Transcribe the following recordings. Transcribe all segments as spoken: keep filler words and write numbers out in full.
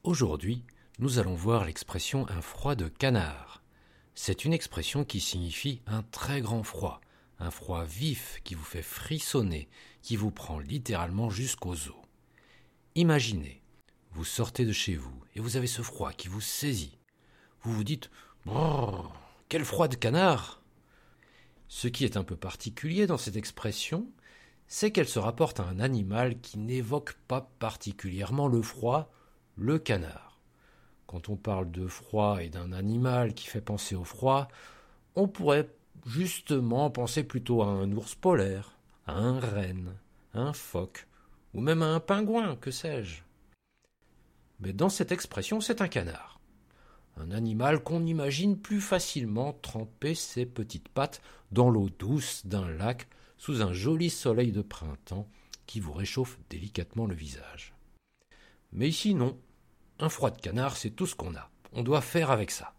Aujourd'hui, nous allons voir l'expression « un froid de canard ». C'est une expression qui signifie un très grand froid, un froid vif qui vous fait frissonner, qui vous prend littéralement jusqu'aux os. Imaginez, vous sortez de chez vous et vous avez ce froid qui vous saisit. Vous vous dites « Brrr, quel froid de canard !» Ce qui est un peu particulier dans cette expression, c'est qu'elle se rapporte à un animal qui n'évoque pas particulièrement le froid, le canard. Quand on parle de froid et d'un animal qui fait penser au froid, on pourrait justement penser plutôt à un ours polaire, à un renne, à un phoque, ou même à un pingouin, que sais-je. Mais dans cette expression, c'est un canard. Un animal qu'on imagine plus facilement tremper ses petites pattes dans l'eau douce d'un lac sous un joli soleil de printemps qui vous réchauffe délicatement le visage. Mais ici, non. Un froid de canard, c'est tout ce qu'on a. On doit faire avec ça.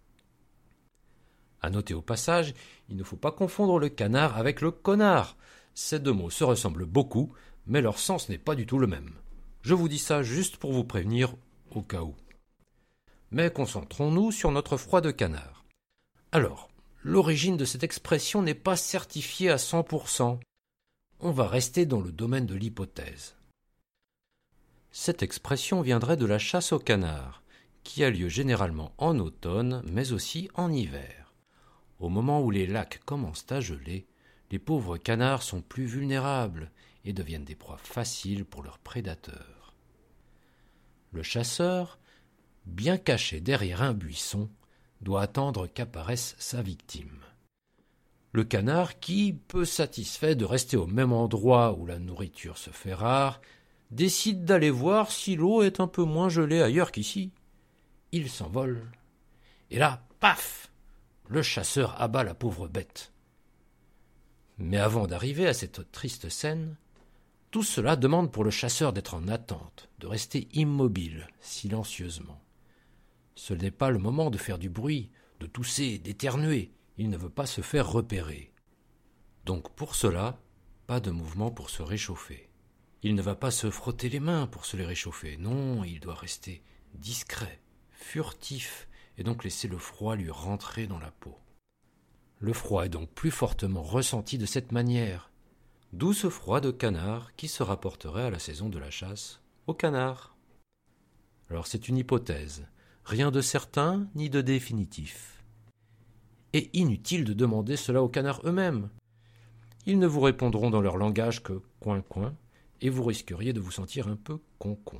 À noter au passage, il ne faut pas confondre le canard avec le connard. Ces deux mots se ressemblent beaucoup, mais leur sens n'est pas du tout le même. Je vous dis ça juste pour vous prévenir au cas où. Mais concentrons-nous sur notre froid de canard. Alors, l'origine de cette expression n'est pas certifiée à cent pour cent. On va rester dans le domaine de l'hypothèse. Cette expression viendrait de la chasse au canard, qui a lieu généralement en automne, mais aussi en hiver. Au moment où les lacs commencent à geler, les pauvres canards sont plus vulnérables et deviennent des proies faciles pour leurs prédateurs. Le chasseur, bien caché derrière un buisson, doit attendre qu'apparaisse sa victime. Le canard, qui, peu satisfait de rester au même endroit où la nourriture se fait rare, décide d'aller voir si l'eau est un peu moins gelée ailleurs qu'ici. Il s'envole. Et là, paf ! Le chasseur abat la pauvre bête. Mais avant d'arriver à cette triste scène, tout cela demande pour le chasseur d'être en attente, de rester immobile, silencieusement. Ce n'est pas le moment de faire du bruit, de tousser, d'éternuer. Il ne veut pas se faire repérer. Donc pour cela, pas de mouvement pour se réchauffer. Il ne va pas se frotter les mains pour se les réchauffer. Non, il doit rester discret, furtif, et donc laisser le froid lui rentrer dans la peau. Le froid est donc plus fortement ressenti de cette manière. D'où ce froid de canard qui se rapporterait à la saison de la chasse au canard. Alors c'est une hypothèse. Rien de certain ni de définitif. Et inutile de demander cela aux canards eux-mêmes. Ils ne vous répondront dans leur langage que « coin-coin » et vous risqueriez de vous sentir un peu con-con.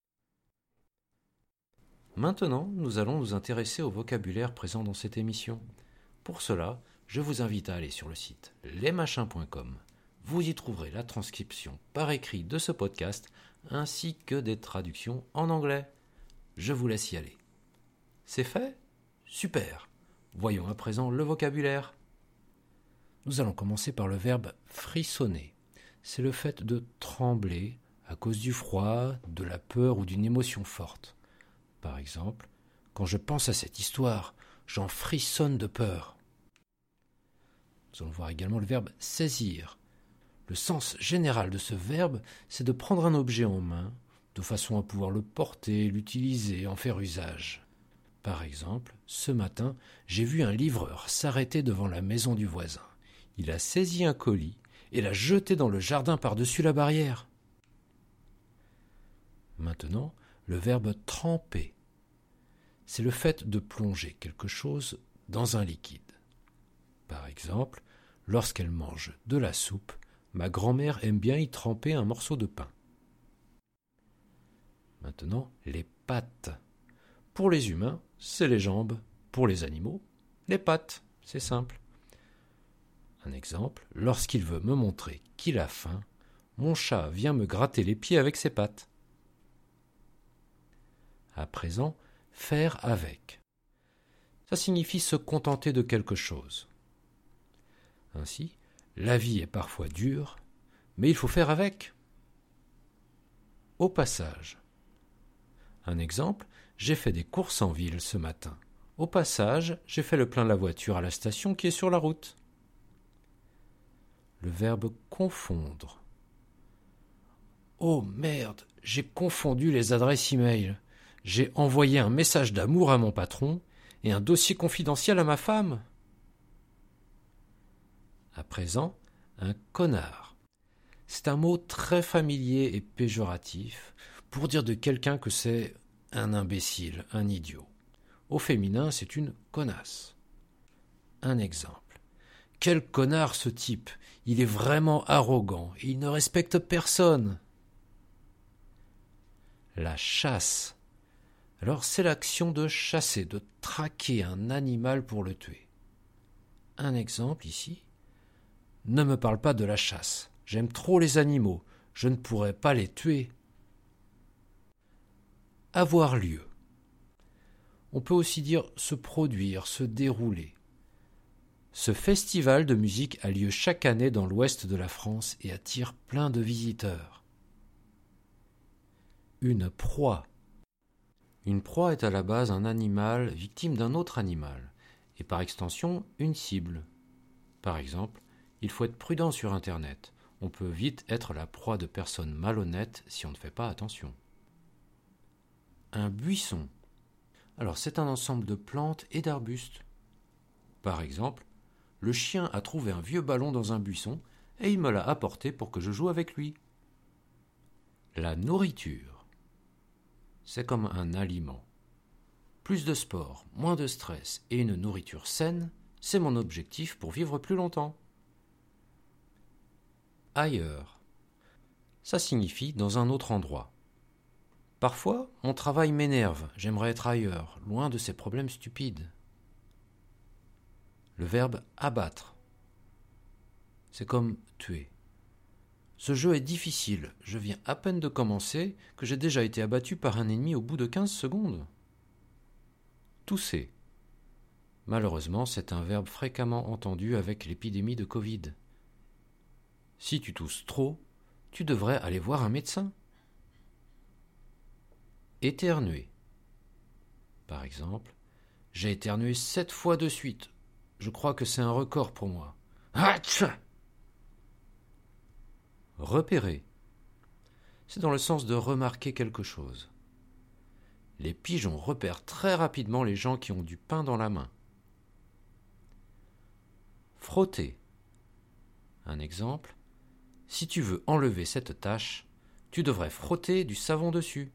Maintenant, nous allons nous intéresser au vocabulaire présent dans cette émission. Pour cela, je vous invite à aller sur le site lesmachins point com. Vous y trouverez la transcription par écrit de ce podcast ainsi que des traductions en anglais. Je vous laisse y aller. C'est fait ? Super ! Voyons à présent le vocabulaire. Nous allons commencer par le verbe « frissonner ». C'est le fait de trembler à cause du froid, de la peur ou d'une émotion forte. Par exemple, quand je pense à cette histoire, j'en frissonne de peur. Nous allons voir également le verbe « saisir ». Le sens général de ce verbe, c'est de prendre un objet en main, de façon à pouvoir le porter, l'utiliser, en faire usage. Par exemple, ce matin, j'ai vu un livreur s'arrêter devant la maison du voisin. Il a saisi un colis et l'a jeté dans le jardin par-dessus la barrière. Maintenant, le verbe « tremper ». C'est le fait de plonger quelque chose dans un liquide. Par exemple, lorsqu'elle mange de la soupe, ma grand-mère aime bien y tremper un morceau de pain. Maintenant, les pattes. Pour les humains, c'est les jambes. Pour les animaux, les pattes. C'est simple. Un exemple, lorsqu'il veut me montrer qu'il a faim, mon chat vient me gratter les pieds avec ses pattes. À présent, faire avec. Ça signifie se contenter de quelque chose. Ainsi, la vie est parfois dure, mais il faut faire avec. Au passage. Un exemple, j'ai fait des courses en ville ce matin. Au passage, j'ai fait le plein de la voiture à la station qui est sur la route. Le verbe confondre. Oh merde, j'ai confondu les adresses e-mail. J'ai envoyé un message d'amour à mon patron et un dossier confidentiel à ma femme. À présent, un connard. C'est un mot très familier et péjoratif pour dire de quelqu'un que c'est un imbécile, un idiot. Au féminin, c'est une connasse. Un exemple. Quel connard ce type! Il est vraiment arrogant et il ne respecte personne. La chasse. Alors c'est l'action de chasser, de traquer un animal pour le tuer. Un exemple ici. Ne me parle pas de la chasse. J'aime trop les animaux. Je ne pourrais pas les tuer. Avoir lieu. On peut aussi dire se produire, se dérouler. Ce festival de musique a lieu chaque année dans l'ouest de la France et attire plein de visiteurs. Une proie. Une proie est à la base un animal victime d'un autre animal, et par extension une cible. Par exemple, il faut être prudent sur Internet. On peut vite être la proie de personnes malhonnêtes si on ne fait pas attention. Un buisson. Alors c'est un ensemble de plantes et d'arbustes. Par exemple, le chien a trouvé un vieux ballon dans un buisson et il me l'a apporté pour que je joue avec lui. La nourriture. C'est comme un aliment. Plus de sport, moins de stress et une nourriture saine, c'est mon objectif pour vivre plus longtemps. Ailleurs. Ça signifie dans un autre endroit. Parfois, mon travail m'énerve, j'aimerais être ailleurs, loin de ces problèmes stupides. Le verbe abattre. C'est comme tuer. Ce jeu est difficile, je viens à peine de commencer que j'ai déjà été abattu par un ennemi au bout de quinze secondes. Tousser. Malheureusement, c'est un verbe fréquemment entendu avec l'épidémie de Covid. Si tu tousses trop, tu devrais aller voir un médecin. Éternuer. Par exemple, j'ai éternué sept fois de suite. Je crois que c'est un record pour moi. Hatch! Repérer. C'est dans le sens de remarquer quelque chose. Les pigeons repèrent très rapidement les gens qui ont du pain dans la main. Frotter. Un exemple. Si tu veux enlever cette tache, tu devrais frotter du savon dessus.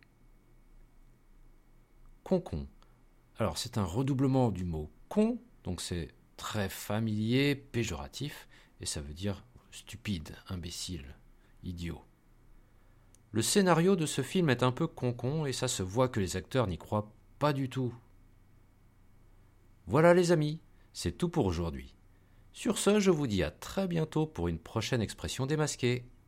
Concon. Alors c'est un redoublement du mot con, donc c'est très familier, péjoratif, et ça veut dire stupide, imbécile, idiot. Le scénario de ce film est un peu concon et ça se voit que les acteurs n'y croient pas du tout. Voilà les amis, c'est tout pour aujourd'hui. Sur ce, je vous dis à très bientôt pour une prochaine expression démasquée.